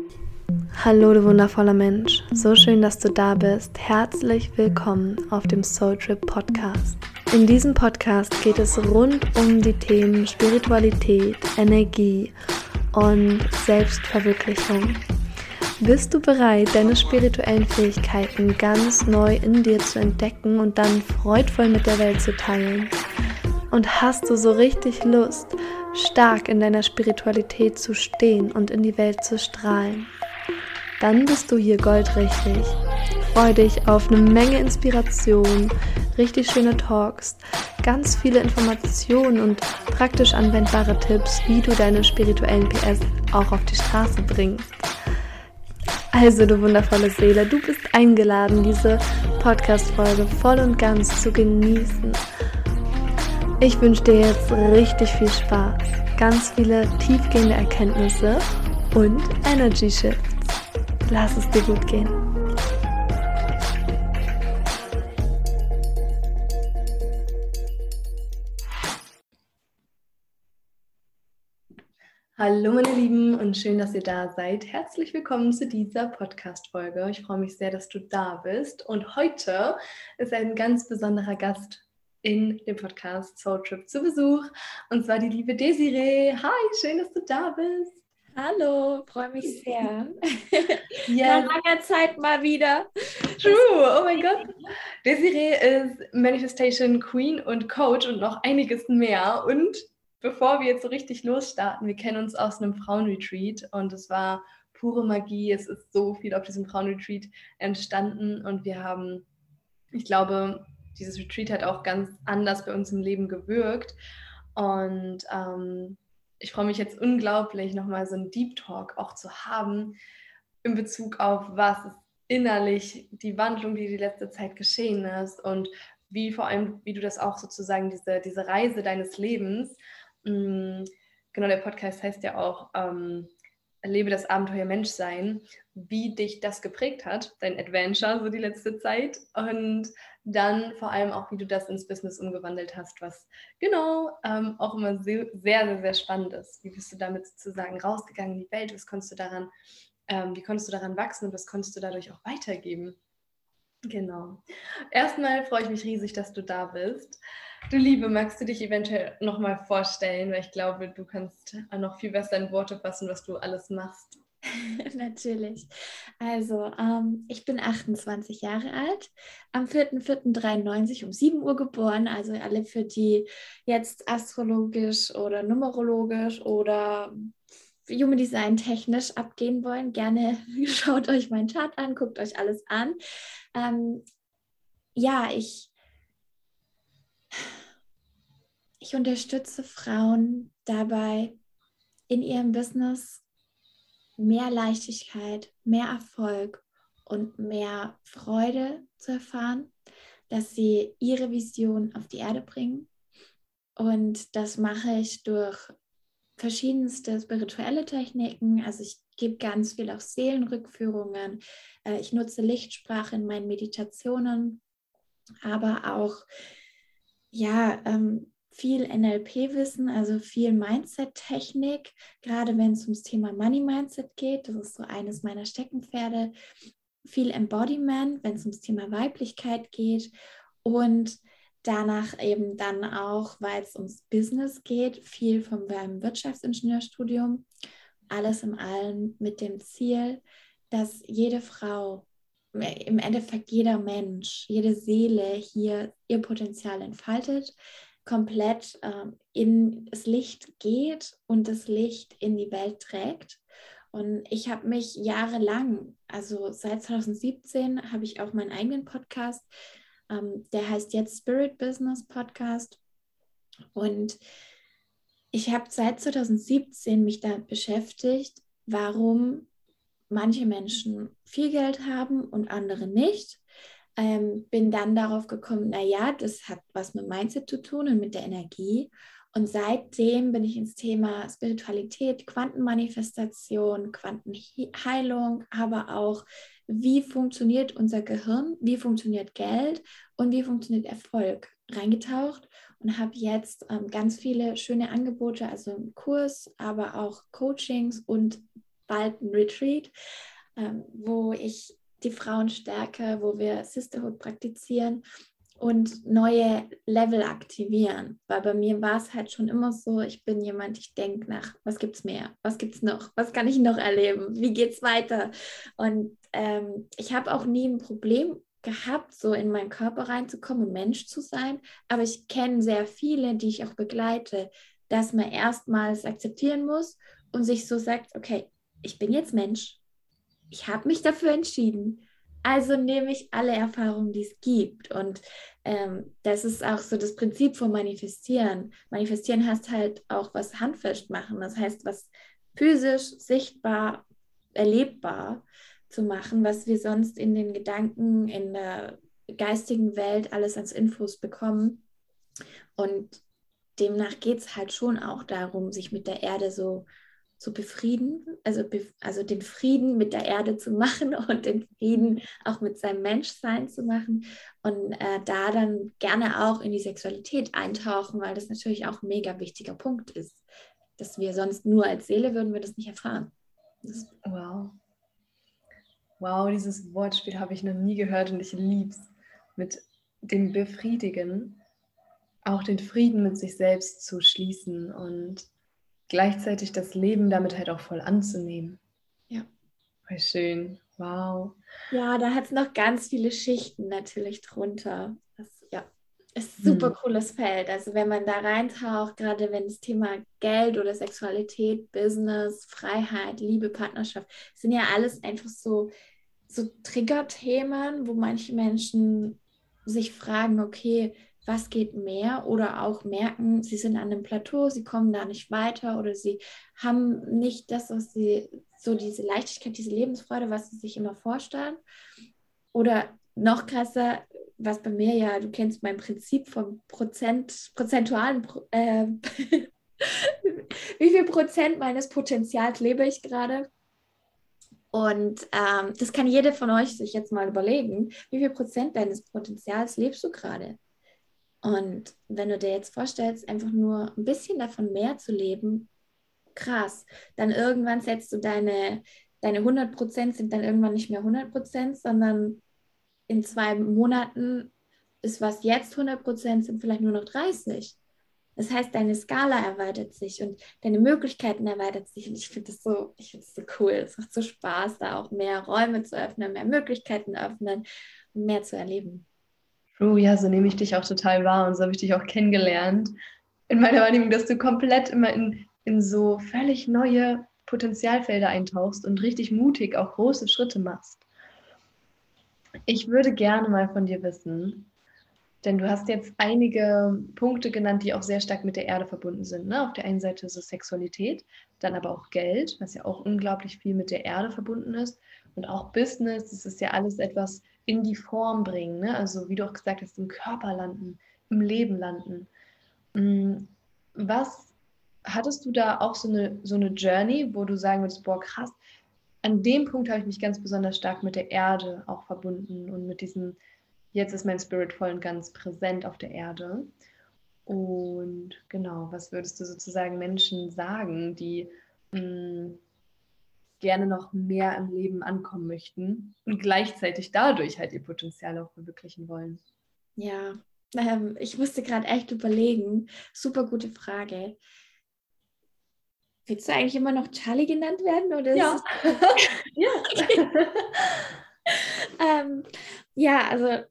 Hallo, du wundervoller Mensch. So schön, dass du da bist. Herzlich willkommen auf dem Soul Trip Podcast. In diesem Podcast geht es rund um die Themen Spiritualität, Energie und Selbstverwirklichung. Bist du bereit, deine spirituellen Fähigkeiten ganz neu in dir zu entdecken und dann freudvoll mit der Welt zu teilen? Und hast du so richtig Lust, stark in deiner Spiritualität zu stehen und in die Welt zu strahlen? Dann bist du hier goldrichtig. Freu dich auf eine Menge Inspiration, richtig schöne Talks, ganz viele Informationen und praktisch anwendbare Tipps, wie du deine spirituellen PS auch auf die Straße bringst. Also, du wundervolle Seele, du bist eingeladen, diese Podcast-Folge voll und ganz zu genießen. Ich wünsche dir jetzt richtig viel Spaß, ganz viele tiefgehende Erkenntnisse und Energy Shifts. Lass es dir gut gehen. Hallo meine Lieben und schön, dass ihr da seid. Herzlich willkommen zu dieser Podcast-Folge. Ich freue mich sehr, dass du da bist. Und heute ist ein ganz besonderer Gast in dem Podcast Soul Trip zu Besuch. Und zwar die liebe Desiree. Hi, schön, dass du da bist. Hallo, freue mich sehr. Yes. Nach langer Zeit mal wieder. True, oh mein Gott. Desiree ist Manifestation Queen und Coach und noch einiges mehr. Und bevor wir jetzt so richtig losstarten, wir kennen uns aus einem Frauenretreat und es war pure Magie. Es ist so viel auf diesem Frauenretreat entstanden und wir haben, ich glaube, dieses Retreat hat auch ganz anders bei uns im Leben gewirkt. Und ich freue mich jetzt unglaublich, nochmal so einen Deep Talk auch zu haben in Bezug auf, was ist innerlich die Wandlung, die letzte Zeit geschehen ist und wie vor allem, wie du das auch sozusagen, diese Reise deines Lebens, genau, der Podcast heißt ja auch Erlebe das Abenteuer Menschsein, wie dich das geprägt hat, dein Adventure so die letzte Zeit und dann vor allem auch, wie du das ins Business umgewandelt hast, was genau auch immer sehr, sehr, sehr spannend ist. Wie bist du damit sozusagen rausgegangen in die Welt? Was konntest du daran wie konntest du daran wachsen und was konntest du dadurch auch weitergeben? Genau. Erstmal freue ich mich riesig, dass du da bist. Du Liebe, magst du dich eventuell nochmal vorstellen, weil ich glaube, du kannst noch viel besser in Worte fassen, was du alles machst. Natürlich. Also, ich bin 28 Jahre alt, am 4.4.93 um 7 Uhr geboren. Also alle, für die jetzt astrologisch oder numerologisch oder Human Design technisch abgehen wollen, gerne schaut euch meinen Chart an, guckt euch alles an. Ja, ich unterstütze Frauen dabei, in ihrem Business mehr Leichtigkeit, mehr Erfolg und mehr Freude zu erfahren, dass sie ihre Vision auf die Erde bringen. Und das mache ich durch verschiedenste spirituelle Techniken. Also ich gebe ganz viel auch Seelenrückführungen. Ich nutze Lichtsprache in meinen Meditationen, aber auch ja, viel NLP-Wissen, also viel Mindset-Technik, gerade wenn es ums Thema Money-Mindset geht. Das ist so eines meiner Steckenpferde. Viel Embodiment, wenn es ums Thema Weiblichkeit geht. Und danach eben dann auch, weil es ums Business geht, viel vom Wirtschaftsingenieurstudium. Alles in allem mit dem Ziel, dass jede Frau, im Endeffekt jeder Mensch, jede Seele hier ihr Potenzial entfaltet, komplett in das Licht geht und das Licht in die Welt trägt. Und ich habe mich jahrelang, also seit 2017, habe ich auch meinen eigenen Podcast, der heißt jetzt Spirit Business Podcast. Und ich habe seit 2017 mich damit beschäftigt, warum manche Menschen viel Geld haben und andere nicht. Bin dann darauf gekommen, naja, das hat was mit Mindset zu tun und mit der Energie. Und seitdem bin ich ins Thema Spiritualität, Quantenmanifestation, Quantenheilung, aber auch, wie funktioniert unser Gehirn, wie funktioniert Geld und wie funktioniert Erfolg reingetaucht und habe jetzt ganz viele schöne Angebote, also einen Kurs, aber auch Coachings und bald ein Retreat, wo ich die Frauen stärke, wo wir Sisterhood praktizieren und neue Level aktivieren. Weil bei mir war es halt schon immer so, ich bin jemand, ich denke nach, was gibt es mehr? Was gibt es noch? Was kann ich noch erleben? Wie geht es weiter? Und ich habe auch nie ein Problem gehabt, so in meinen Körper reinzukommen und Mensch zu sein. Aber ich kenne sehr viele, die ich auch begleite, dass man erstmals akzeptieren muss und sich so sagt, okay, ich bin jetzt Mensch. Ich habe mich dafür entschieden. Also nehme ich alle Erfahrungen, die es gibt. Und das ist auch so das Prinzip von Manifestieren. Manifestieren heißt halt auch was handfest machen. Das heißt, was physisch, sichtbar, erlebbar zu machen, was wir sonst in den Gedanken, in der geistigen Welt alles als Infos bekommen. Und demnach geht es halt schon auch darum, sich mit der Erde so zu befrieden, also den Frieden mit der Erde zu machen und den Frieden auch mit seinem Menschsein zu machen und da dann gerne auch in die Sexualität eintauchen, weil das natürlich auch ein mega wichtiger Punkt ist, dass wir sonst nur als Seele würden wir das nicht erfahren. Wow. Wow, dieses Wortspiel habe ich noch nie gehört und ich liebe es. Mit dem Befriedigen auch den Frieden mit sich selbst zu schließen und gleichzeitig das Leben damit halt auch voll anzunehmen. Ja. Voll schön. Wow. Ja, da hat es noch ganz viele Schichten natürlich drunter. Das, ja, ist ein super cooles Feld. Also wenn man da reintaucht, gerade wenn das Thema Geld oder Sexualität, Business, Freiheit, Liebe, Partnerschaft, sind ja alles einfach so Triggerthemen, wo manche Menschen sich fragen, okay, was geht mehr? Oder auch merken, sie sind an einem Plateau, sie kommen da nicht weiter oder sie haben nicht das, was sie, so diese Leichtigkeit, diese Lebensfreude, was sie sich immer vorstellen. Oder noch krasser, was bei mir ja, du kennst mein Prinzip vom prozentualen, wie viel Prozent meines Potenzials lebe ich gerade? Und das kann jede von euch sich jetzt mal überlegen, wie viel Prozent deines Potenzials lebst du gerade? Und wenn du dir jetzt vorstellst, einfach nur ein bisschen davon mehr zu leben, krass, dann irgendwann setzt du deine 100% sind dann irgendwann nicht mehr 100%, sondern in 2 Monaten ist, was jetzt 100% sind, vielleicht nur noch 30. Das heißt, deine Skala erweitert sich und deine Möglichkeiten erweitern sich. Und ich finde das so cool. Es macht so Spaß, da auch mehr Räume zu öffnen, mehr Möglichkeiten öffnen und mehr zu erleben. True, ja, so nehme ich dich auch total wahr und so habe ich dich auch kennengelernt. In meiner Wahrnehmung, dass du komplett immer in so völlig neue Potenzialfelder eintauchst und richtig mutig auch große Schritte machst. Ich würde gerne mal von dir wissen, denn du hast jetzt einige Punkte genannt, die auch sehr stark mit der Erde verbunden sind. Ne? Auf der einen Seite ist es Sexualität, dann aber auch Geld, was ja auch unglaublich viel mit der Erde verbunden ist. Und auch Business, das ist ja alles etwas in die Form bringen. Ne? Also wie du auch gesagt hast, im Körper landen, im Leben landen. Was hattest du da auch so eine Journey, wo du sagen würdest, boah, krass, an dem Punkt habe ich mich ganz besonders stark mit der Erde auch verbunden und mit diesem jetzt ist mein Spirit voll und ganz präsent auf der Erde. Und genau, was würdest du sozusagen Menschen sagen, die gerne noch mehr im Leben ankommen möchten und gleichzeitig dadurch halt ihr Potenzial auch verwirklichen wollen? Ja, ich musste gerade echt überlegen. Super gute Frage. Willst du eigentlich immer noch Charlie genannt werden? Oder Ja. Ja. Ja, also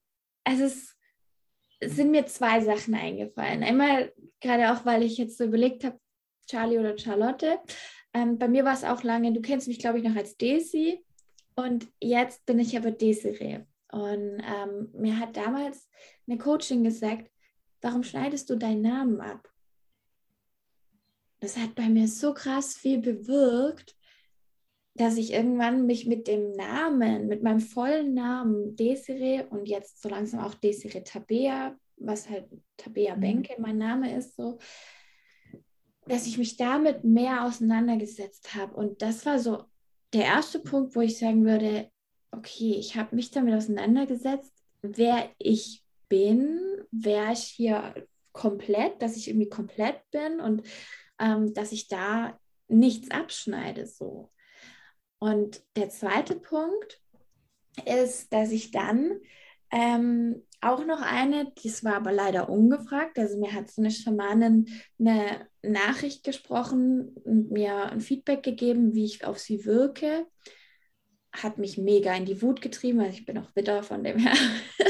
es sind mir zwei Sachen eingefallen. Einmal, gerade auch, weil ich jetzt so überlegt habe, Charlie oder Charlotte. Bei mir war es auch lange, du kennst mich, glaube ich, noch als Daisy. Und jetzt bin ich aber Desiree. Und mir hat damals eine Coachin gesagt, warum schneidest du deinen Namen ab? Das hat bei mir so krass viel bewirkt, dass ich irgendwann mich mit dem Namen, mit meinem vollen Namen Desiree und jetzt so langsam auch Desiree Tabea, was halt Tabea Benke mein Name ist, so, dass ich mich damit mehr auseinandergesetzt habe. Und das war so der erste Punkt, wo ich sagen würde, okay, ich habe mich damit auseinandergesetzt, wer ich bin, wer ich hier komplett, dass ich irgendwie komplett bin und dass ich da nichts abschneide so. Und der zweite Punkt ist, dass ich dann auch noch das war aber leider ungefragt, also mir hat so eine Schamanin eine Nachricht gesprochen und mir ein Feedback gegeben, wie ich auf sie wirke, hat mich mega in die Wut getrieben, also ich bin auch Widder, von dem her.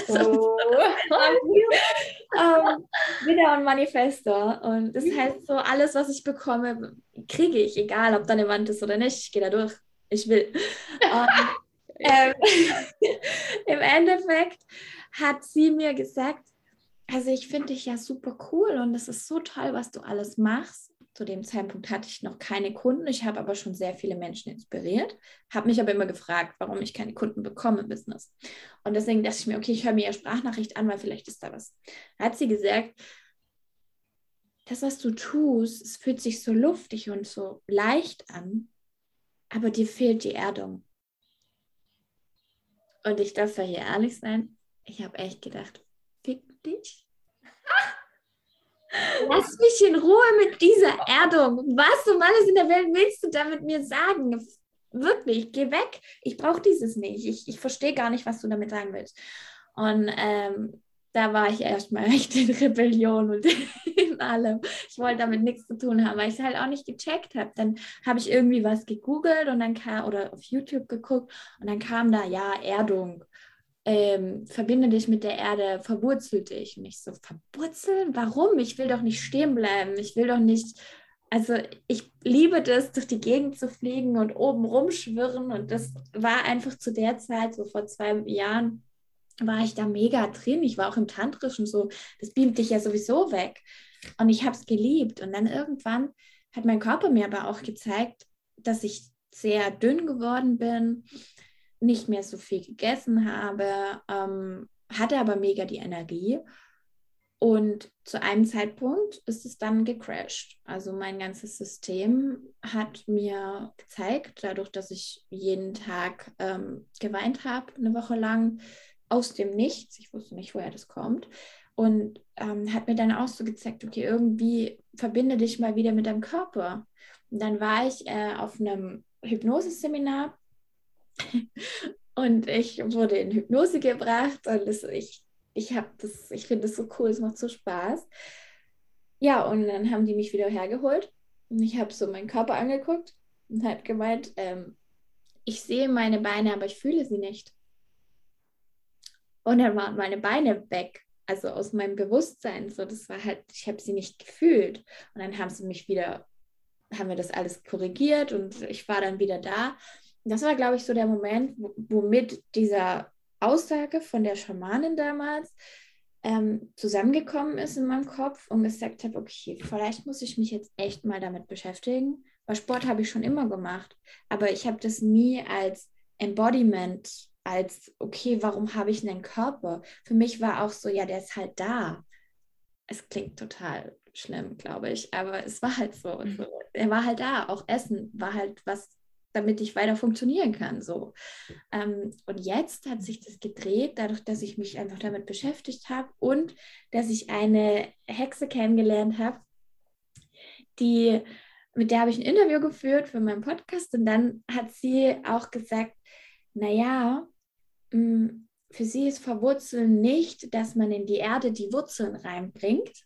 Widder und Manifestor. Und das heißt so, alles, was ich bekomme, kriege ich, egal ob da eine Wand ist oder nicht. Ich gehe da durch. Ich will. Und, im Endeffekt hat sie mir gesagt, also ich finde dich ja super cool und es ist so toll, was du alles machst. Zu dem Zeitpunkt hatte ich noch keine Kunden. Ich habe aber schon sehr viele Menschen inspiriert, habe mich aber immer gefragt, warum ich keine Kunden bekomme im Business. Und deswegen dachte ich mir, okay, ich höre mir ihre Sprachnachricht an, weil vielleicht ist da was. Da hat sie gesagt, das, was du tust, es fühlt sich so luftig und so leicht an, aber dir fehlt die Erdung. Und ich darf ja hier ehrlich sein, ich habe echt gedacht, fick dich. Lass mich in Ruhe mit dieser Erdung. Was um alles in der Welt willst du damit mir sagen? Wirklich, geh weg. Ich brauche dieses nicht. Ich verstehe gar nicht, was du damit sagen willst. Und da war ich erstmal echt in Rebellion und in allem. Ich wollte damit nichts zu tun haben, weil ich es halt auch nicht gecheckt habe. Dann habe ich irgendwie was gegoogelt und dann oder auf YouTube geguckt und dann kam da, ja, Erdung. Verbinde dich mit der Erde, verwurzel dich. Und ich so, verwurzeln? Warum? Ich will doch nicht stehen bleiben. Ich will doch nicht, also ich liebe das, durch die Gegend zu fliegen und oben rumschwirren. Und das war einfach zu der Zeit, so vor 2 Jahren, war ich da mega drin. Ich war auch im Tantrischen so, das beamt dich ja sowieso weg. Und ich habe es geliebt. Und dann irgendwann hat mein Körper mir aber auch gezeigt, dass ich sehr dünn geworden bin, nicht mehr so viel gegessen habe, hatte aber mega die Energie. Und zu einem Zeitpunkt ist es dann gecrashed. Also mein ganzes System hat mir gezeigt, dadurch, dass ich jeden Tag geweint habe, eine Woche lang, aus dem Nichts, ich wusste nicht, woher das kommt, und hat mir dann auch so gezeigt, okay, irgendwie verbinde dich mal wieder mit deinem Körper. Und dann war ich auf einem Hypnoseseminar und ich wurde in Hypnose gebracht und ich finde das so cool, es macht so Spaß. Ja, und dann haben die mich wieder hergeholt und ich habe so meinen Körper angeguckt und hat gemeint, ich sehe meine Beine, aber ich fühle sie nicht. Und dann waren meine Beine weg, also aus meinem Bewusstsein. So, das war halt, ich habe sie nicht gefühlt. Und dann haben wir das alles korrigiert und ich war dann wieder da. Und das war, glaube ich, so der Moment, womit dieser Aussage von der Schamanin damals zusammengekommen ist in meinem Kopf und gesagt habe, okay, vielleicht muss ich mich jetzt echt mal damit beschäftigen, weil Sport habe ich schon immer gemacht, aber ich habe das nie als Embodiment, als, okay, warum habe ich einen Körper? Für mich war auch so, ja, der ist halt da. Es klingt total schlimm, glaube ich, aber es war halt so. So. Er war halt da, auch Essen war halt was, damit ich weiter funktionieren kann. So. Und jetzt hat sich das gedreht, dadurch, dass ich mich einfach damit beschäftigt habe und dass ich eine Hexe kennengelernt habe, mit der habe ich ein Interview geführt für meinen Podcast und dann hat sie auch gesagt, naja, für sie ist Verwurzeln nicht, dass man in die Erde die Wurzeln reinbringt,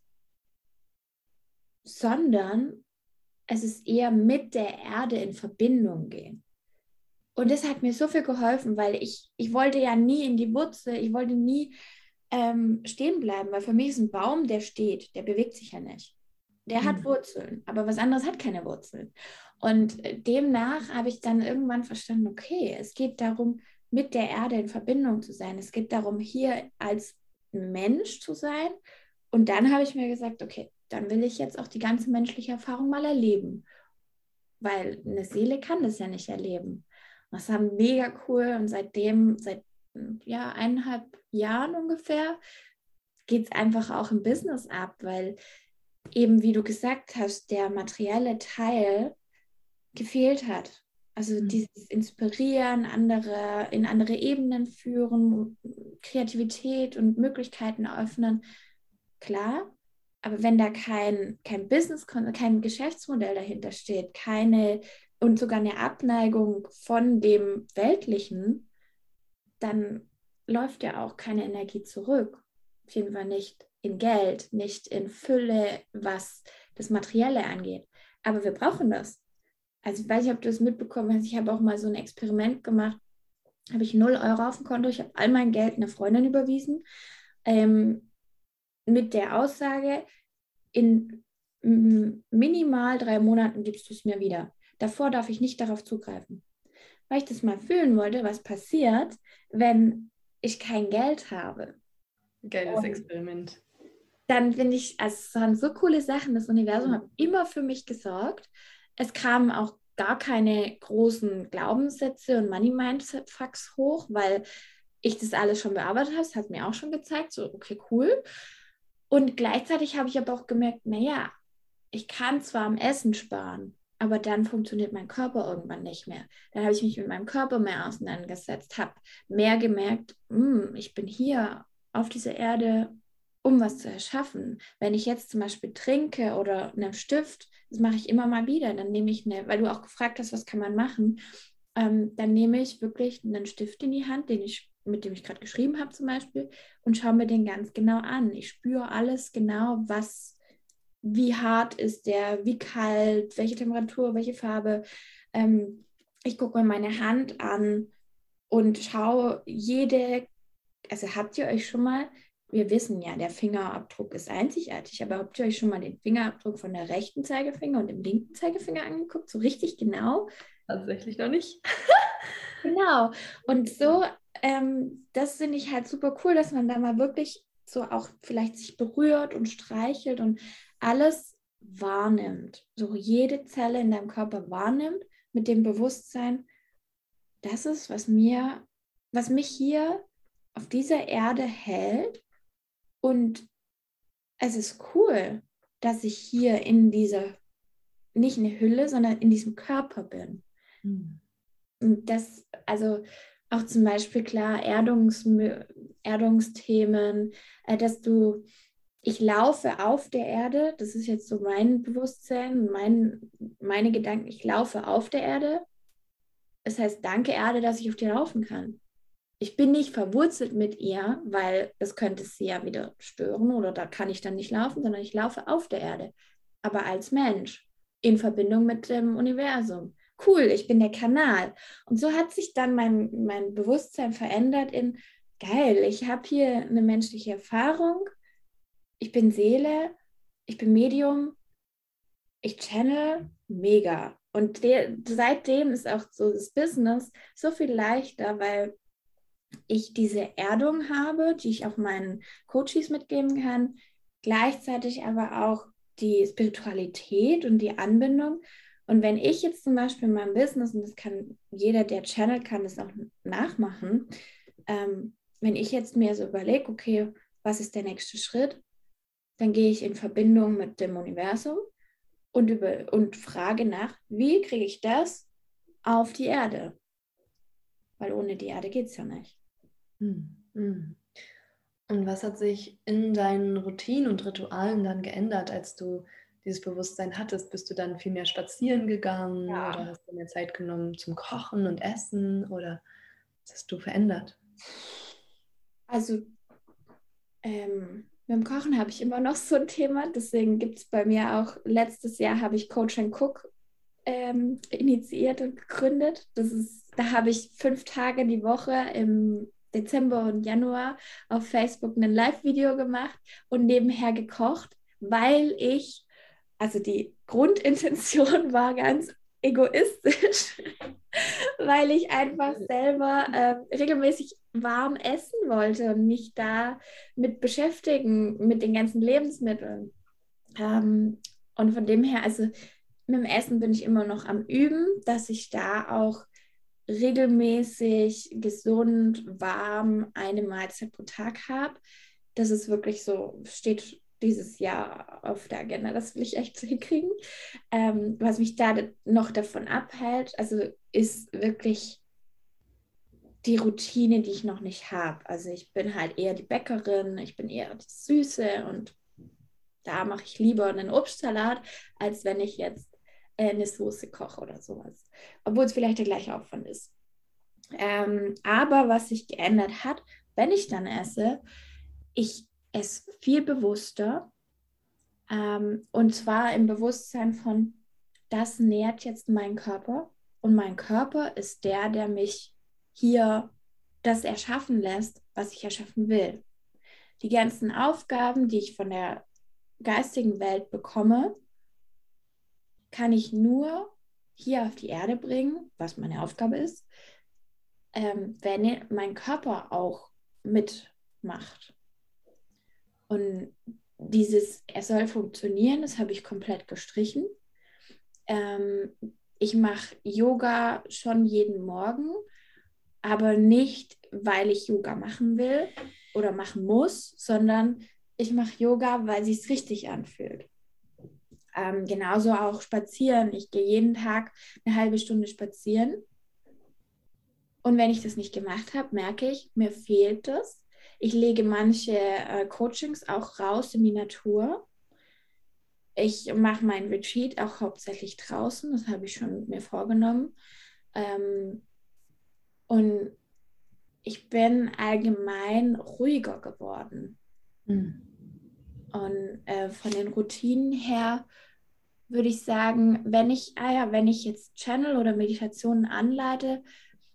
sondern es ist eher mit der Erde in Verbindung gehen. Und das hat mir so viel geholfen, weil ich wollte ja nie in die Wurzel, ich wollte nie stehen bleiben, weil für mich ist ein Baum, der steht, der bewegt sich ja nicht. Der hat Wurzeln, aber was anderes hat keine Wurzeln. Und demnach habe ich dann irgendwann verstanden, okay, es geht darum, mit der Erde in Verbindung zu sein. Es geht darum, hier als Mensch zu sein. Und dann habe ich mir gesagt, okay, dann will ich jetzt auch die ganze menschliche Erfahrung mal erleben. Weil eine Seele kann das ja nicht erleben. Das war mega cool und seit 1,5 Jahren ungefähr geht es einfach auch im Business ab, weil eben, wie du gesagt hast, der materielle Teil gefehlt hat. Also dieses Inspirieren, andere in andere Ebenen führen, Kreativität und Möglichkeiten öffnen, klar. Aber wenn da kein Business, kein Geschäftsmodell dahinter steht, keine und sogar eine Abneigung von dem Weltlichen, dann läuft ja auch keine Energie zurück. Auf jeden Fall nicht in Geld, nicht in Fülle, was das Materielle angeht. Aber wir brauchen das. Also ich weiß nicht, ob du das mitbekommen hast. Ich habe auch mal so ein Experiment gemacht. Habe ich 0 € auf dem Konto. Ich habe all mein Geld einer Freundin überwiesen. Mit der Aussage, in minimal 3 Monaten gibst du es mir wieder. Davor darf ich nicht darauf zugreifen. Weil ich das mal fühlen wollte, was passiert, wenn ich kein Geld habe. Geiles Experiment. Dann finde ich, also es waren so coole Sachen, das Universum hat immer für mich gesorgt. Es kamen auch gar keine großen Glaubenssätze und Money-Mindset-Fucks hoch, weil ich das alles schon bearbeitet habe. Das hat mir auch schon gezeigt, so okay, cool. Und gleichzeitig habe ich aber auch gemerkt, naja, ich kann zwar am Essen sparen, aber dann funktioniert mein Körper irgendwann nicht mehr. Dann habe ich mich mit meinem Körper mehr auseinandergesetzt, habe mehr gemerkt, ich bin hier auf dieser Erde, um was zu erschaffen. Wenn ich jetzt zum Beispiel trinke oder einen Stift, das mache ich immer mal wieder, dann nehme ich weil du auch gefragt hast, was kann man machen, dann nehme ich wirklich einen Stift in die Hand, mit dem ich gerade geschrieben habe zum Beispiel, und schaue mir den ganz genau an. Ich spüre alles genau, wie hart ist der, wie kalt, welche Temperatur, welche Farbe. Ich gucke mir meine Hand an und schaue also habt ihr euch schon mal, wir wissen ja, der Fingerabdruck ist einzigartig, aber habt ihr euch schon mal den Fingerabdruck von der rechten Zeigefinger und dem linken Zeigefinger angeguckt, so richtig genau? Tatsächlich noch nicht. Genau. Und so, das finde ich halt super cool, dass man da mal wirklich so auch vielleicht sich berührt und streichelt und alles wahrnimmt. So jede Zelle in deinem Körper wahrnimmt mit dem Bewusstsein, das ist, was mich hier auf dieser Erde hält. Und es ist cool, dass ich hier in dieser, nicht eine Hülle, sondern in diesem Körper bin. Und das, also auch zum Beispiel klar, Erdungsthemen, ich laufe auf der Erde, das ist jetzt so mein Bewusstsein, meine Gedanken, ich laufe auf der Erde. Das heißt, danke Erde, dass ich auf dir laufen kann. Ich bin nicht verwurzelt mit ihr, weil das könnte sie ja wieder stören oder da kann ich dann nicht laufen, sondern ich laufe auf der Erde, aber als Mensch in Verbindung mit dem Universum. Cool, ich bin der Kanal. Und so hat sich dann mein Bewusstsein verändert in, geil, ich habe hier eine menschliche Erfahrung, ich bin Seele, ich bin Medium, ich channel, mega. Und seitdem ist auch so das Business so viel leichter, weil ich diese Erdung habe, die ich auch meinen Coaches mitgeben kann, gleichzeitig aber auch die Spiritualität und die Anbindung. Und wenn ich jetzt zum Beispiel in meinem Business, und das kann jeder, der Channel kann das auch nachmachen, wenn ich jetzt mir so überlege, okay, was ist der nächste Schritt, dann gehe ich in Verbindung mit dem Universum und frage nach, wie kriege ich das auf die Erde? Weil ohne die Erde geht es ja nicht. Und was hat sich in deinen Routinen und Ritualen dann geändert, als du dieses Bewusstsein hattest? Bist du dann viel mehr spazieren gegangen oder hast du mehr Zeit genommen zum Kochen und Essen oder was hast du verändert? Also mit dem Kochen habe ich immer noch so ein Thema, deswegen gibt es bei mir auch, letztes Jahr habe ich Coach and Cook initiiert und gegründet. Da habe ich 5 Tage die Woche im Dezember und Januar auf Facebook ein Live-Video gemacht und nebenher gekocht, also die Grundintention war ganz egoistisch, weil ich einfach selber regelmäßig warm essen wollte und mich da mit beschäftigen, mit den ganzen Lebensmitteln. Und von dem her, also mit dem Essen bin ich immer noch am Üben, dass ich da auch regelmäßig gesund, warm eine Mahlzeit pro Tag habe. Das ist wirklich so, steht dieses Jahr auf der Agenda. Das will ich echt hinkriegen. Was mich da noch davon abhält, also ist wirklich die Routine, die ich noch nicht habe. Also ich bin halt eher die Bäckerin, ich bin eher die Süße und da mache ich lieber einen Obstsalat, als wenn ich jetzt eine Soße koche oder sowas. Obwohl es vielleicht der gleiche Aufwand ist. Aber was sich geändert hat, wenn ich dann esse, ich esse viel bewusster. Und zwar im Bewusstsein von, das nährt jetzt meinen Körper. Und mein Körper ist der mich hier das erschaffen lässt, was ich erschaffen will. Die ganzen Aufgaben, die ich von der geistigen Welt bekomme, kann ich nur hier auf die Erde bringen, was meine Aufgabe ist, wenn mein Körper auch mitmacht. Und er soll funktionieren, das habe ich komplett gestrichen. Ich mache Yoga schon jeden Morgen, aber nicht, weil ich Yoga machen will oder machen muss, sondern ich mache Yoga, weil es sich richtig anfühlt. Genauso auch spazieren. Ich gehe jeden Tag eine halbe Stunde spazieren. Und wenn ich das nicht gemacht habe, merke ich, mir fehlt es. Ich lege manche Coachings auch raus in die Natur. Ich mache meinen Retreat auch hauptsächlich draußen. Das habe ich schon mir vorgenommen. Und ich bin allgemein ruhiger geworden. Mhm. Und von den Routinen her würde ich sagen, wenn ich jetzt Channel oder Meditationen anleite,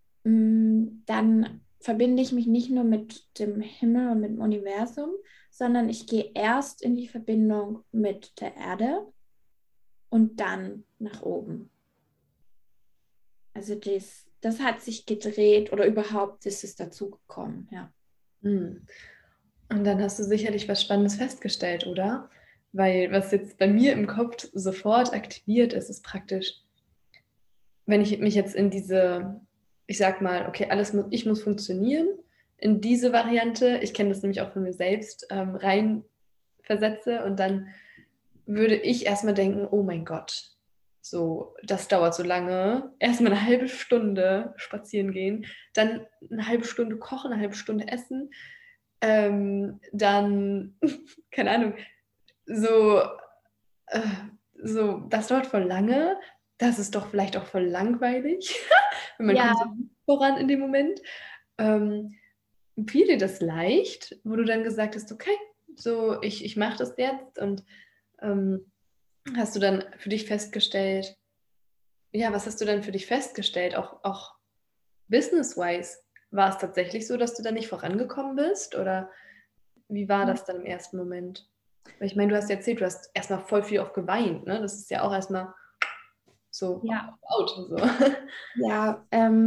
dann verbinde ich mich nicht nur mit dem Himmel und mit dem Universum, sondern ich gehe erst in die Verbindung mit der Erde und dann nach oben. Also das hat sich gedreht oder überhaupt ist es dazu gekommen, ja. Und dann hast du sicherlich was Spannendes festgestellt, oder? Weil was jetzt bei mir im Kopf sofort aktiviert ist, ist praktisch, wenn ich mich jetzt in diese, ich sag mal, okay, ich muss funktionieren, in diese Variante, ich kenne das nämlich auch von mir selbst, rein versetze und dann würde ich erstmal denken, oh mein Gott, so, das dauert so lange. Erstmal eine halbe Stunde spazieren gehen, dann eine halbe Stunde kochen, eine halbe Stunde essen, dann, keine Ahnung, so, äh, das dauert voll lange, das ist doch vielleicht auch voll langweilig, weil man kommt so nicht voran in dem Moment. Ähm, Fiel dir das leicht, wo du dann gesagt hast, okay, so, ich mache das jetzt und hast du dann für dich festgestellt, ja, was hast du dann für dich festgestellt, auch business-wise? War es tatsächlich so, dass du da nicht vorangekommen bist oder wie war das dann im ersten Moment? Weil ich meine, du hast ja erzählt, du hast erstmal voll viel auch geweint, ne? Das ist ja auch erstmal so Ja, out. So. ja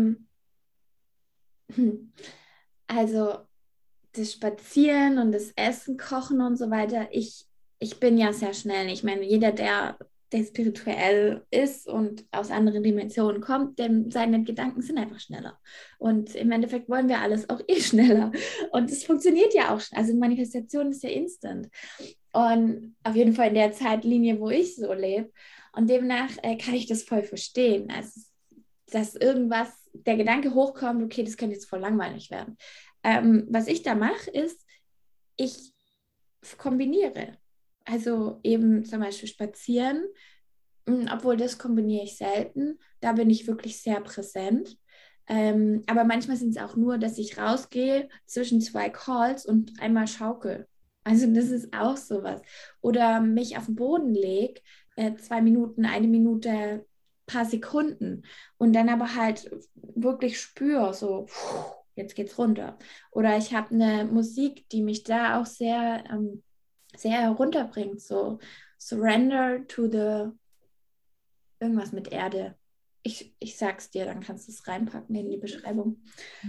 also das Spazieren und das Essen, Kochen und so weiter, ich bin ja sehr schnell. Ich meine, jeder, der spirituell ist und aus anderen Dimensionen kommt, dem seine Gedanken sind einfach schneller. Und im Endeffekt wollen wir alles auch schneller. Und es funktioniert ja auch. Also Manifestation ist ja instant. Und auf jeden Fall in der Zeitlinie, wo ich so lebe. Und demnach kann ich das voll verstehen. Also, dass der Gedanke hochkommt, okay, das könnte jetzt voll langweilig werden. Was ich da mache, ist, ich kombiniere. Also eben zum Beispiel spazieren, obwohl das kombiniere ich selten. Da bin ich wirklich sehr präsent. Aber manchmal sind es auch nur, dass ich rausgehe zwischen zwei Calls und einmal schaukel. Also das ist auch sowas. Oder mich auf den Boden lege, 2 Minuten, 1 Minute, paar Sekunden und dann aber halt wirklich spüre, so jetzt geht's runter. Oder ich habe eine Musik, die mich da auch sehr herunterbringt, so Surrender to the irgendwas mit Erde. Ich sag's dir, dann kannst du es reinpacken in die Beschreibung.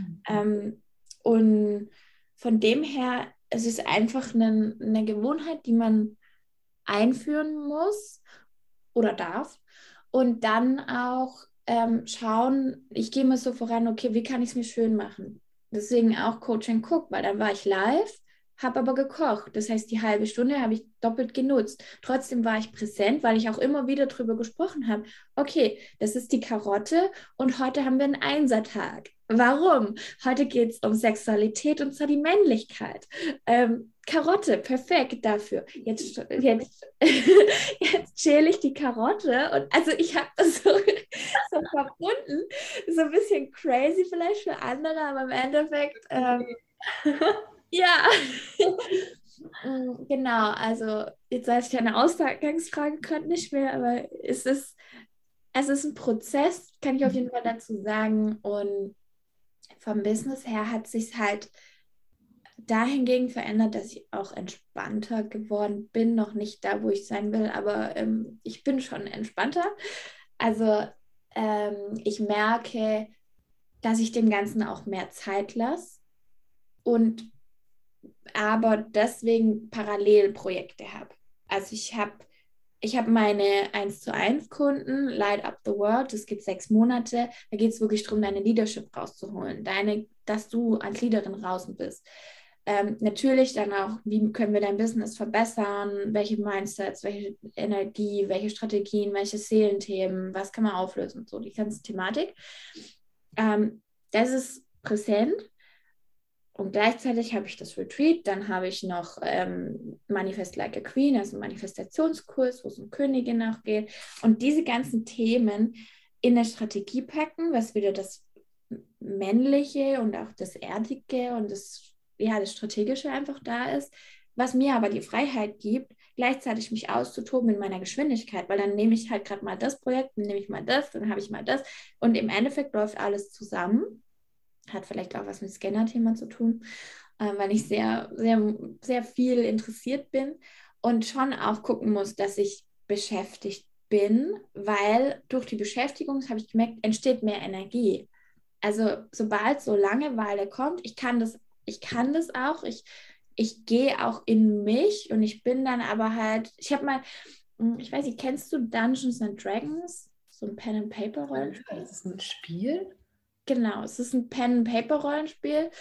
Und von dem her, es ist einfach eine Gewohnheit, die man einführen muss oder darf. Und dann auch schauen, ich gehe mal so voran, okay, wie kann ich es mir schön machen? Deswegen auch Coach and Cook, weil dann war ich live, habe aber gekocht. Das heißt, die halbe Stunde habe ich doppelt genutzt. Trotzdem war ich präsent, weil ich auch immer wieder darüber gesprochen habe. Okay, das ist die Karotte und heute haben wir einen Einsertag. Warum? Heute geht es um Sexualität und zwar die Männlichkeit. Karotte, perfekt dafür. Jetzt schäle ich die Karotte und also ich habe das so verbunden. So ein bisschen crazy vielleicht für andere, aber im Endeffekt, ja. Genau, also jetzt weiß ich deine Ausgangsfrage gerade nicht mehr, aber es ist ein Prozess, kann ich auf jeden Fall dazu sagen. Und vom Business her hat sich halt dahingegen verändert, dass ich auch entspannter geworden bin. Noch nicht da, wo ich sein will, aber ich bin schon entspannter. Also ich merke, dass ich dem Ganzen auch mehr Zeit lasse und aber deswegen Parallelprojekte habe. Also ich habe meine 1:1 Kunden, Light Up the World, das geht 6 Monate. Da geht es wirklich darum, deine Leadership rauszuholen, dass du als Leaderin draußen bist. Natürlich dann auch, wie können wir dein Business verbessern, welche Mindsets, welche Energie, welche Strategien, welche Seelenthemen, was kann man auflösen, so die ganze Thematik. Das ist präsent. Und gleichzeitig habe ich das Retreat, dann habe ich noch Manifest Like a Queen, also einen Manifestationskurs, wo es um Königin nachgeht. Und diese ganzen Themen in der Strategie packen, was wieder das Männliche und auch das Erdige und das Strategische einfach da ist, was mir aber die Freiheit gibt, gleichzeitig mich auszutoben in meiner Geschwindigkeit, weil dann nehme ich halt gerade mal das Projekt, dann nehme ich mal das, dann habe ich mal das und im Endeffekt läuft alles zusammen. Hat vielleicht auch was mit Scanner-Thema zu tun, weil ich sehr, sehr, sehr viel interessiert bin und schon auch gucken muss, dass ich beschäftigt bin, weil durch die Beschäftigung, das habe ich gemerkt, entsteht mehr Energie. Also sobald so Langeweile kommt, ich kann das auch, ich gehe auch in mich und ich bin dann aber halt, ich habe mal, ich weiß nicht, kennst du Dungeons and Dragons? So ein Pen-and-Paper-Rollenspiel? Das ist ein Spiel? Genau, es ist ein Pen-and-Paper-Rollenspiel.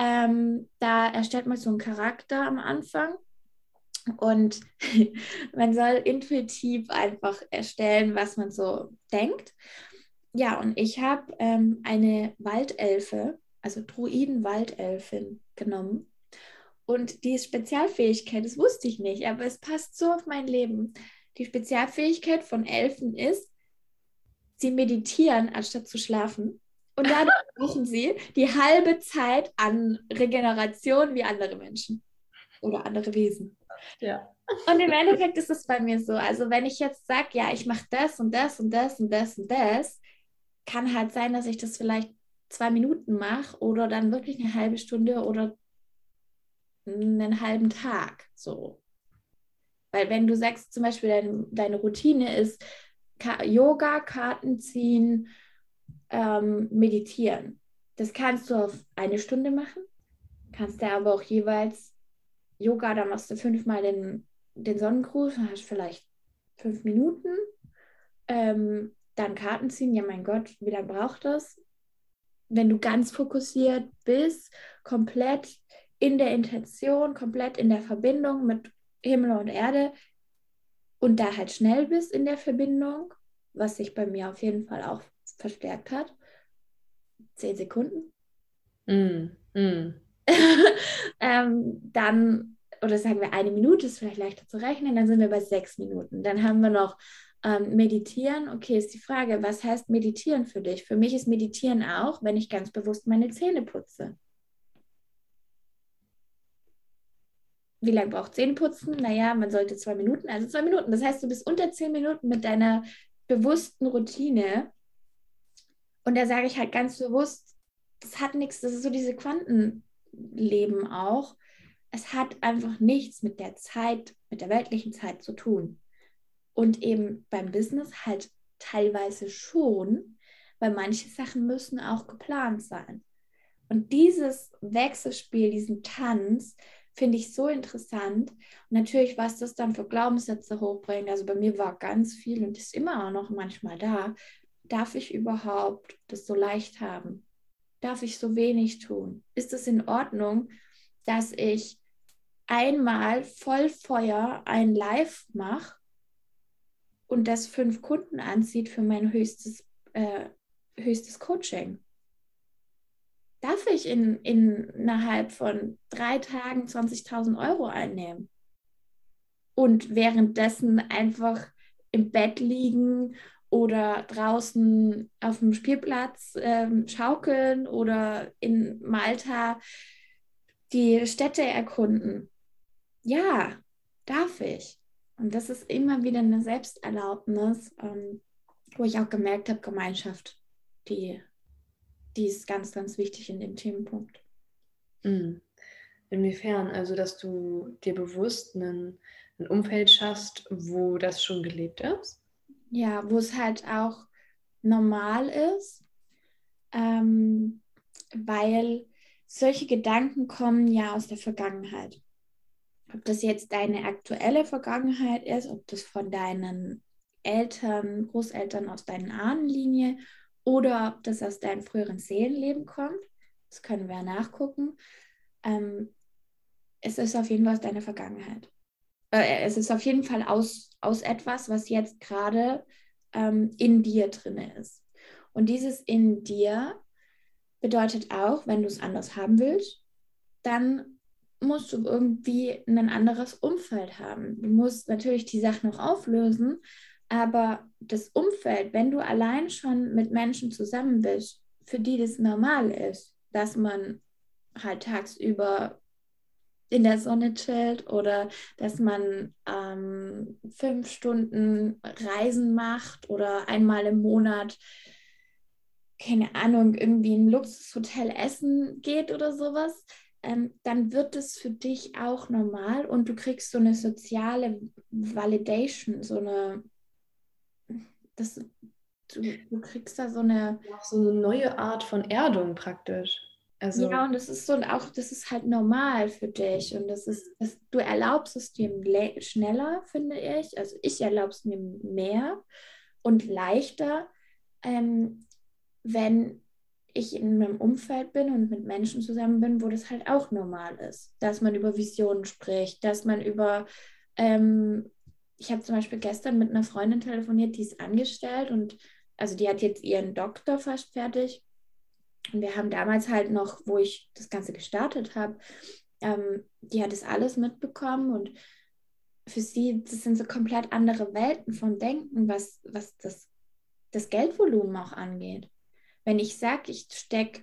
Da erstellt man so einen Charakter am Anfang und man soll intuitiv einfach erstellen, was man so denkt. Ja, und ich habe eine Waldelfe, also Druiden-Waldelfin genommen. Und die Spezialfähigkeit, das wusste ich nicht, aber es passt so auf mein Leben. Die Spezialfähigkeit von Elfen ist, sie meditieren, anstatt zu schlafen. Und dadurch brauchen sie die halbe Zeit an Regeneration wie andere Menschen oder andere Wesen. Ja. Und im Endeffekt ist es bei mir so. Also wenn ich jetzt sage, ja, ich mache das und das und das und das und das, kann halt sein, dass ich das vielleicht 2 Minuten mache oder dann wirklich eine halbe Stunde oder einen halben Tag. So. Weil wenn du sagst, zum Beispiel deine Routine ist Yoga, Karten ziehen, meditieren. Das kannst du auf 1 Stunde machen, kannst du aber auch jeweils Yoga, da machst du 5-mal den Sonnengruß, dann hast du vielleicht 5 Minuten. Dann Karten ziehen, ja mein Gott, wie lange braucht das? Wenn du ganz fokussiert bist, komplett in der Intention, komplett in der Verbindung mit Himmel und Erde und da halt schnell bist in der Verbindung, was sich bei mir auf jeden Fall auch verstärkt hat, 10 Sekunden. Mm, mm. Dann, oder sagen wir 1 Minute, ist vielleicht leichter zu rechnen, dann sind wir bei 6 Minuten. Dann haben wir noch Meditieren. Okay, ist die Frage, was heißt Meditieren für dich? Für mich ist Meditieren auch, wenn ich ganz bewusst meine Zähne putze. Wie lange braucht Zähneputzen? Naja, man sollte 2 Minuten, also 2 Minuten. Das heißt, du bist unter 10 Minuten mit deiner bewussten Routine. Und da sage ich halt ganz bewusst, das hat nichts, das ist so diese Quantenleben auch. Es hat einfach nichts mit der Zeit, mit der weltlichen Zeit zu tun. Und eben beim Business halt teilweise schon, weil manche Sachen müssen auch geplant sein. Und dieses Wechselspiel, diesen Tanz, finde ich so interessant. Und natürlich, was das dann für Glaubenssätze hochbringt. Also bei mir war ganz viel und ist immer auch noch manchmal da. Darf ich überhaupt das so leicht haben? Darf ich so wenig tun? Ist es in Ordnung, dass ich einmal voll Feuer ein Live mache und das 5 Kunden anzieht für mein höchstes Coaching? darf ich innerhalb von 3 Tagen 20.000 Euro einnehmen und währenddessen einfach im Bett liegen oder draußen auf dem Spielplatz schaukeln oder in Malta die Städte erkunden. Ja, darf ich. Und das ist immer wieder eine Selbsterlaubnis, wo ich auch gemerkt habe, Gemeinschaft, die ist ganz, ganz wichtig in dem Themenpunkt. Mhm. Inwiefern? Also, dass du dir bewusst ein Umfeld schaffst, wo das schon gelebt ist? Ja, wo es halt auch normal ist, weil solche Gedanken kommen ja aus der Vergangenheit. Ob das jetzt deine aktuelle Vergangenheit ist, ob das von deinen Eltern, Großeltern aus deiner Ahnenlinie oder ob das aus deinem früheren Seelenleben kommt, das können wir ja nachgucken. Es ist auf jeden Fall aus deiner Vergangenheit. Es ist auf jeden Fall aus etwas, was jetzt gerade in dir drin ist. Und dieses in dir bedeutet auch, wenn du es anders haben willst, dann musst du irgendwie ein anderes Umfeld haben. Du musst natürlich die Sachen noch auflösen, aber das Umfeld, wenn du allein schon mit Menschen zusammen bist, für die das normal ist, dass man halt tagsüber in der Sonne chillt oder dass man 5 Stunden Reisen macht oder einmal im Monat, keine Ahnung, irgendwie in ein Luxushotel essen geht oder sowas, dann wird es für dich auch normal und du kriegst so eine soziale Validation, das, du kriegst da so eine, Auch so eine neue Art von Erdung praktisch. Also, ja, und das ist so auch, das ist halt normal für dich und du erlaubst es dir schneller, finde ich. Also ich erlaube es mir mehr und leichter, ähm, wenn ich in einem Umfeld bin und mit Menschen zusammen bin, wo das halt auch normal ist, dass man über Visionen spricht, dass man ähm, ich habe zum Beispiel gestern mit einer Freundin telefoniert, die ist angestellt und also die hat jetzt ihren Doktor fast fertig. Und wir haben damals halt noch, wo ich das Ganze gestartet habe, die hat das alles mitbekommen und für sie, das sind so komplett andere Welten von Denken, was das Geldvolumen auch angeht. Wenn ich sage, ich stecke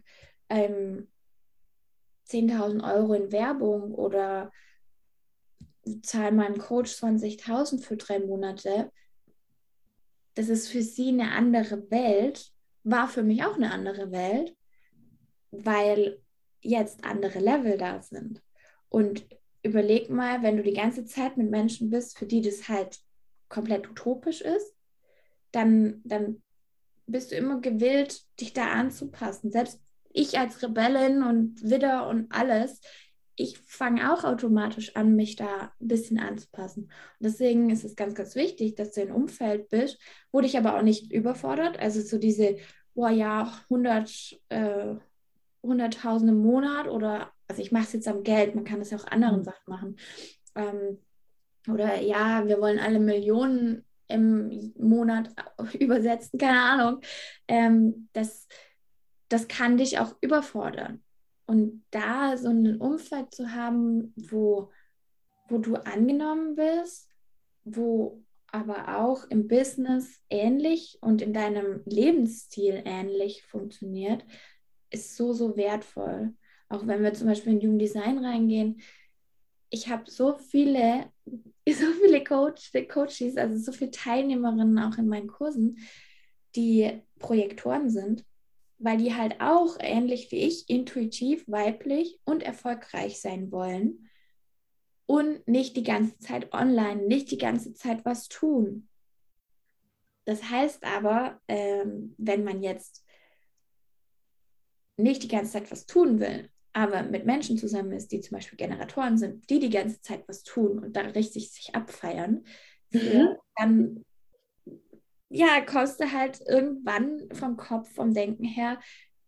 10.000 Euro in Werbung oder zahle meinem Coach 20.000 für 3 Monate, das ist für sie eine andere Welt, war für mich auch eine andere Welt, weil jetzt andere Level da sind. Und überleg mal, wenn du die ganze Zeit mit Menschen bist, für die das halt komplett utopisch ist, dann bist du immer gewillt, dich da anzupassen. Selbst ich als Rebellin und Widder und alles, ich fange auch automatisch an, mich da ein bisschen anzupassen. Und deswegen ist es ganz, ganz wichtig, dass du in einem Umfeld bist, wo dich aber auch nicht überfordert. Also so diese, boah ja, 100.000 im Monat oder, also ich mache es jetzt am Geld, man kann das ja auch anderen Sachen machen. Ähm, oder ja, wir wollen alle Millionen im Monat übersetzen, keine Ahnung. Das kann dich auch überfordern. Und da so ein Umfeld zu haben, wo du angenommen bist, wo aber auch im Business ähnlich und in deinem Lebensstil ähnlich funktioniert, ist so, so wertvoll. Auch wenn wir zum Beispiel in Human Design reingehen, ich habe so viele Coaches, also so viele Teilnehmerinnen auch in meinen Kursen, die Projektoren sind, weil die halt auch ähnlich wie ich intuitiv, weiblich und erfolgreich sein wollen und nicht die ganze Zeit online, nicht die ganze Zeit was tun. Das heißt aber, wenn man jetzt nicht die ganze Zeit was tun will, aber mit Menschen zusammen ist, die zum Beispiel Generatoren sind, die die ganze Zeit was tun und dann richtig sich abfeiern, dann ja, kommst du halt irgendwann vom Kopf, vom Denken her,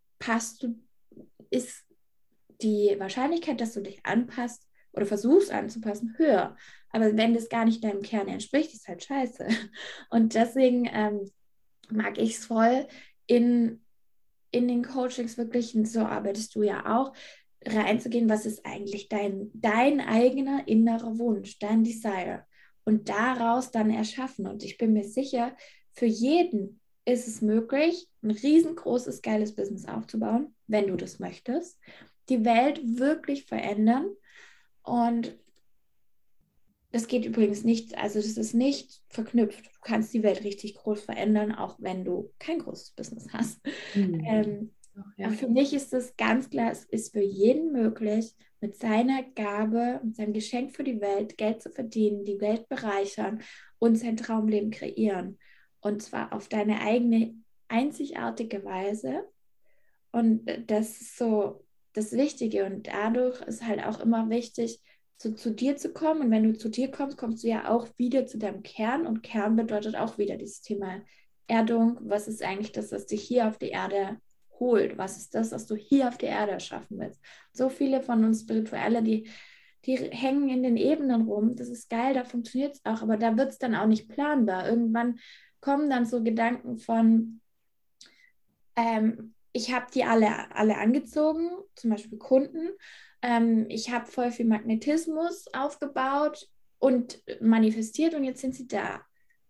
ist die Wahrscheinlichkeit, dass du dich anpasst oder versuchst anzupassen, höher. Aber wenn das gar nicht deinem Kern entspricht, ist halt scheiße. Und deswegen mag ich es voll, in in den Coachings wirklich, und so arbeitest du ja auch, reinzugehen, was ist eigentlich dein eigener innerer Wunsch, dein Desire und daraus dann erschaffen. Und ich bin mir sicher, für jeden ist es möglich, ein riesengroßes, geiles Business aufzubauen, wenn du das möchtest, die Welt wirklich verändern. Und das geht übrigens nicht, also das ist nicht verknüpft. Du kannst die Welt richtig groß verändern, auch wenn du kein großes Business hast. Mhm. Ja. Aber für mich ist es ganz klar, es ist für jeden möglich, mit seiner Gabe und seinem Geschenk für die Welt Geld zu verdienen, die Welt bereichern und sein Traumleben kreieren. Und zwar auf deine eigene einzigartige Weise. Und das ist so das Wichtige. Und dadurch ist halt auch immer wichtig, zu dir zu kommen. Und wenn du zu dir kommst, kommst du ja auch wieder zu deinem Kern. Und Kern bedeutet auch wieder dieses Thema Erdung. Was ist eigentlich das, was dich hier auf die Erde holt? Was ist das, was du hier auf der Erde erschaffen willst? So viele von uns Spirituelle, die hängen in den Ebenen rum. Das ist geil, da funktioniert es auch. Aber da wird es dann auch nicht planbar. Irgendwann kommen dann so Gedanken von, ich habe die alle angezogen, zum Beispiel Kunden. Ich habe voll viel Magnetismus aufgebaut und manifestiert und jetzt sind sie da.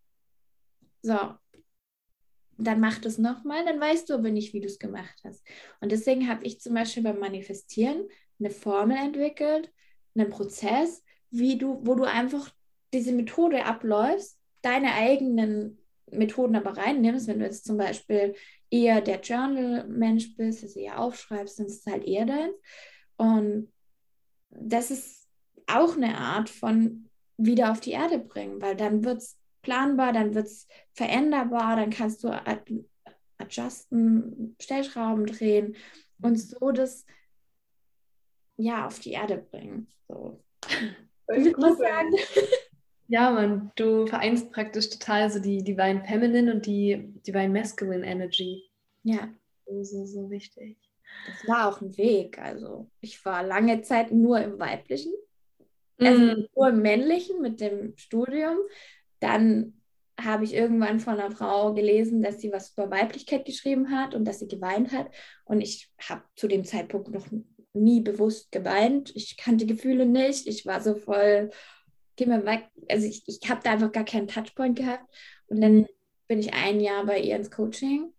So, dann mach das nochmal, dann weißt du aber nicht, wie du es gemacht hast. Und deswegen habe ich zum Beispiel beim Manifestieren eine Formel entwickelt, einen Prozess, wo du einfach diese Methode abläufst, deine eigenen Methoden aber reinnimmst. Wenn du jetzt zum Beispiel eher der Journal-Mensch bist, also eher aufschreibst, dann ist es halt eher deins. Und das ist auch eine Art von wieder auf die Erde bringen, weil dann wird es planbar, dann wird es veränderbar, dann kannst du adjusten, Stellschrauben drehen und so das ja auf die Erde bringen. So. Voll Ich würde mal cool. sagen. Ja, Mann, du vereinst praktisch total so die Divine Feminine und die Divine Masculine Energy. Ja. So wichtig. Das war auch ein Weg. Also ich war lange Zeit nur im Weiblichen, also nur im Männlichen mit dem Studium. Dann habe ich irgendwann von einer Frau gelesen, dass sie was über Weiblichkeit geschrieben hat und dass sie geweint hat. Und ich habe zu dem Zeitpunkt noch nie bewusst geweint. Ich kannte Gefühle nicht. Ich war so voll, geh mir weg. Also ich habe da einfach gar keinen Touchpoint gehabt. Und dann bin ich ein Jahr bei ihr ins Coaching,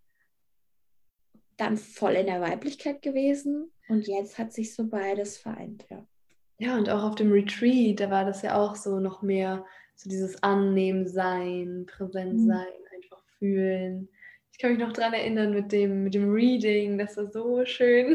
dann voll in der Weiblichkeit gewesen. Und jetzt hat sich so beides vereint, ja. Ja, und auch auf dem Retreat, da war das ja auch so noch mehr, so dieses Annehmen sein, präsent sein, einfach fühlen. Ich kann mich noch dran erinnern mit dem Reading, das war so schön.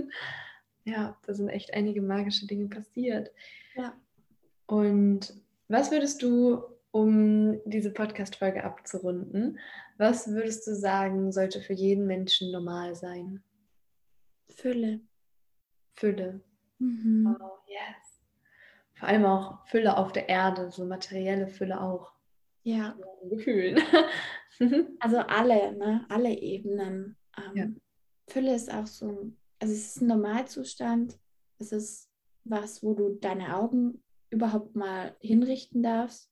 Ja, da sind echt einige magische Dinge passiert. Ja. Und was würdest du, um diese Podcast-Folge abzurunden, was würdest du sagen, sollte für jeden Menschen normal sein? Fülle. Fülle. Mhm. Oh, yes. Vor allem auch Fülle auf der Erde, so materielle Fülle auch. Ja. Gefühlen. Also alle, ne? Alle Ebenen. Ja. Fülle ist auch so, also es ist ein Normalzustand. Es ist was, wo du deine Augen überhaupt mal hinrichten darfst.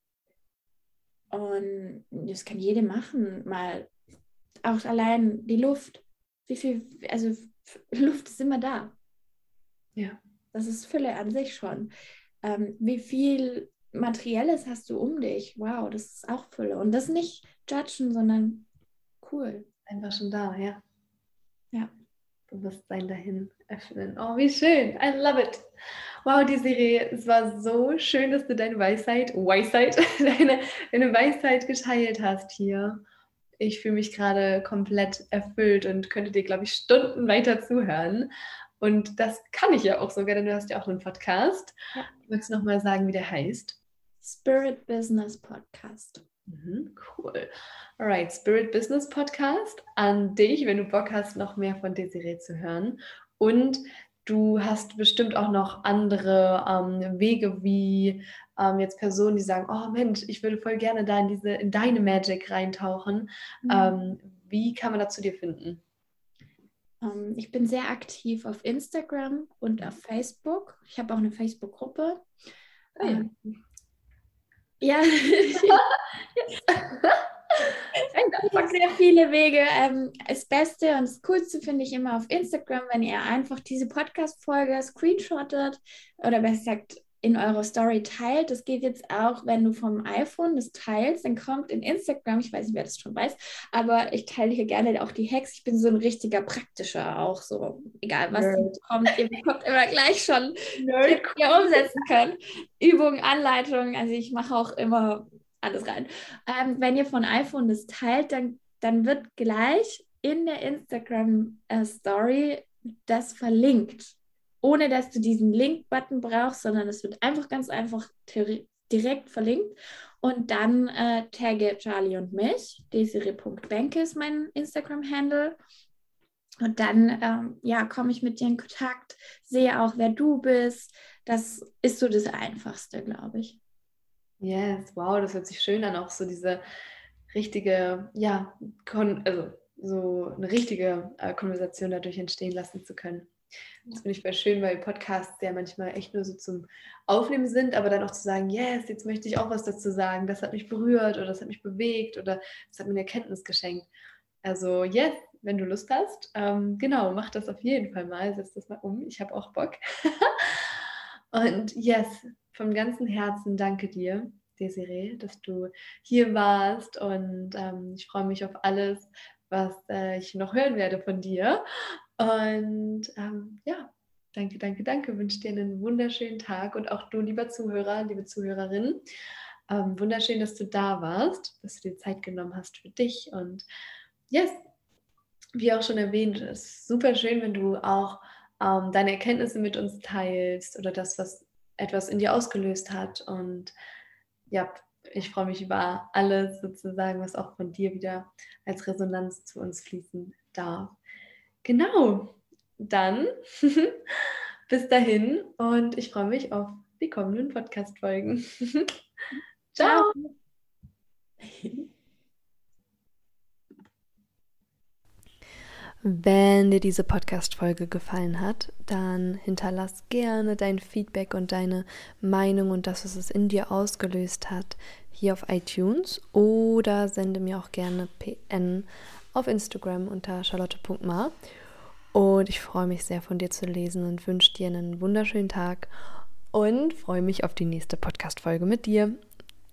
Und das kann jede machen. Mal auch allein die Luft. Wie viel, also Luft ist immer da. Ja. Das ist Fülle an sich schon. Wie viel Materielles hast du um dich? Wow, das ist auch Fülle. Und das nicht judgen, sondern cool. Einfach schon da, ja. Ja. Bewusstsein dahin öffnen. Oh, wie schön. I love it. Wow, die Serie, es war so schön, dass du deine Weisheit, deine Weisheit geteilt hast hier. Ich fühle mich gerade komplett erfüllt und könnte dir, glaube ich, Stunden weiter zuhören. Und das kann ich ja auch sogar, denn du hast ja auch einen Podcast. Ja. Magst du nochmal sagen, wie der heißt? Spirit Business Podcast. Cool. Alright, Spirit Business Podcast an dich, wenn du Bock hast, noch mehr von Desiree zu hören. Und du hast bestimmt auch noch andere Wege, wie jetzt Personen, die sagen, oh Mensch, ich würde voll gerne da in deine Magic reintauchen. Wie kann man da zu dir finden? Ich bin sehr aktiv auf Instagram und auf Facebook. Ich habe auch eine Facebook-Gruppe. Oh, ja. Ja, Es gibt sehr viele Wege. Das Beste und das Coolste finde ich immer auf Instagram, wenn ihr einfach diese Podcast-Folge screenshottet oder besser gesagt in eurer Story teilt. Das geht jetzt auch, wenn du vom iPhone das teilst, dann kommt in Instagram, ich weiß nicht, wer das schon weiß, aber ich teile hier gerne auch die Hacks. Ich bin so ein richtiger Praktischer auch, so egal was Nerd. kommt, ihr bekommt immer gleich schon Nerd. Tipps, die ihr umsetzen könnt. Übungen, Anleitungen, also ich mache auch immer alles rein. Wenn ihr von iPhone das teilt, dann wird gleich in der Instagram-Story das verlinkt. Ohne dass du diesen Link-Button brauchst, sondern es wird einfach ganz einfach direkt verlinkt. Und dann tagge Charlie und mich. Desiree.benke ist mein Instagram-Handle. Und dann komme ich mit dir in Kontakt, sehe auch, wer du bist. Das ist so das Einfachste, glaube ich. Yes, wow, das hört sich schön an, auch so diese richtige, ja, also so eine richtige Konversation dadurch entstehen lassen zu können. Das finde ich voll schön, weil Podcasts ja manchmal echt nur so zum Aufnehmen sind, aber dann auch zu sagen, yes, jetzt möchte ich auch was dazu sagen, das hat mich berührt oder das hat mich bewegt oder das hat mir eine Erkenntnis geschenkt. Also yes, wenn du Lust hast, genau, mach das auf jeden Fall mal, setz das mal um, ich habe auch Bock. Und yes, von ganzem Herzen danke dir, Desiree, dass du hier warst und ich freue mich auf alles, was ich noch hören werde von dir. Und ja, danke, danke, danke. Wünsche dir einen wunderschönen Tag und auch du, lieber Zuhörer, liebe Zuhörerin, wunderschön, dass du da warst, dass du dir Zeit genommen hast für dich. Und yes, wie auch schon erwähnt, es ist super schön, wenn du auch deine Erkenntnisse mit uns teilst oder das, was etwas in dir ausgelöst hat. Und ja, ich freue mich über alles sozusagen, was auch von dir wieder als Resonanz zu uns fließen darf. Genau, dann bis dahin und ich freue mich auf die kommenden Podcast-Folgen. Ciao! Wenn dir diese Podcast-Folge gefallen hat, dann hinterlass gerne dein Feedback und deine Meinung und das, was es in dir ausgelöst hat, hier auf iTunes oder sende mir auch gerne PN auf Instagram unter charlotte.mar. Und ich freue mich sehr, von dir zu lesen und wünsche dir einen wunderschönen Tag und freue mich auf die nächste Podcast-Folge mit dir.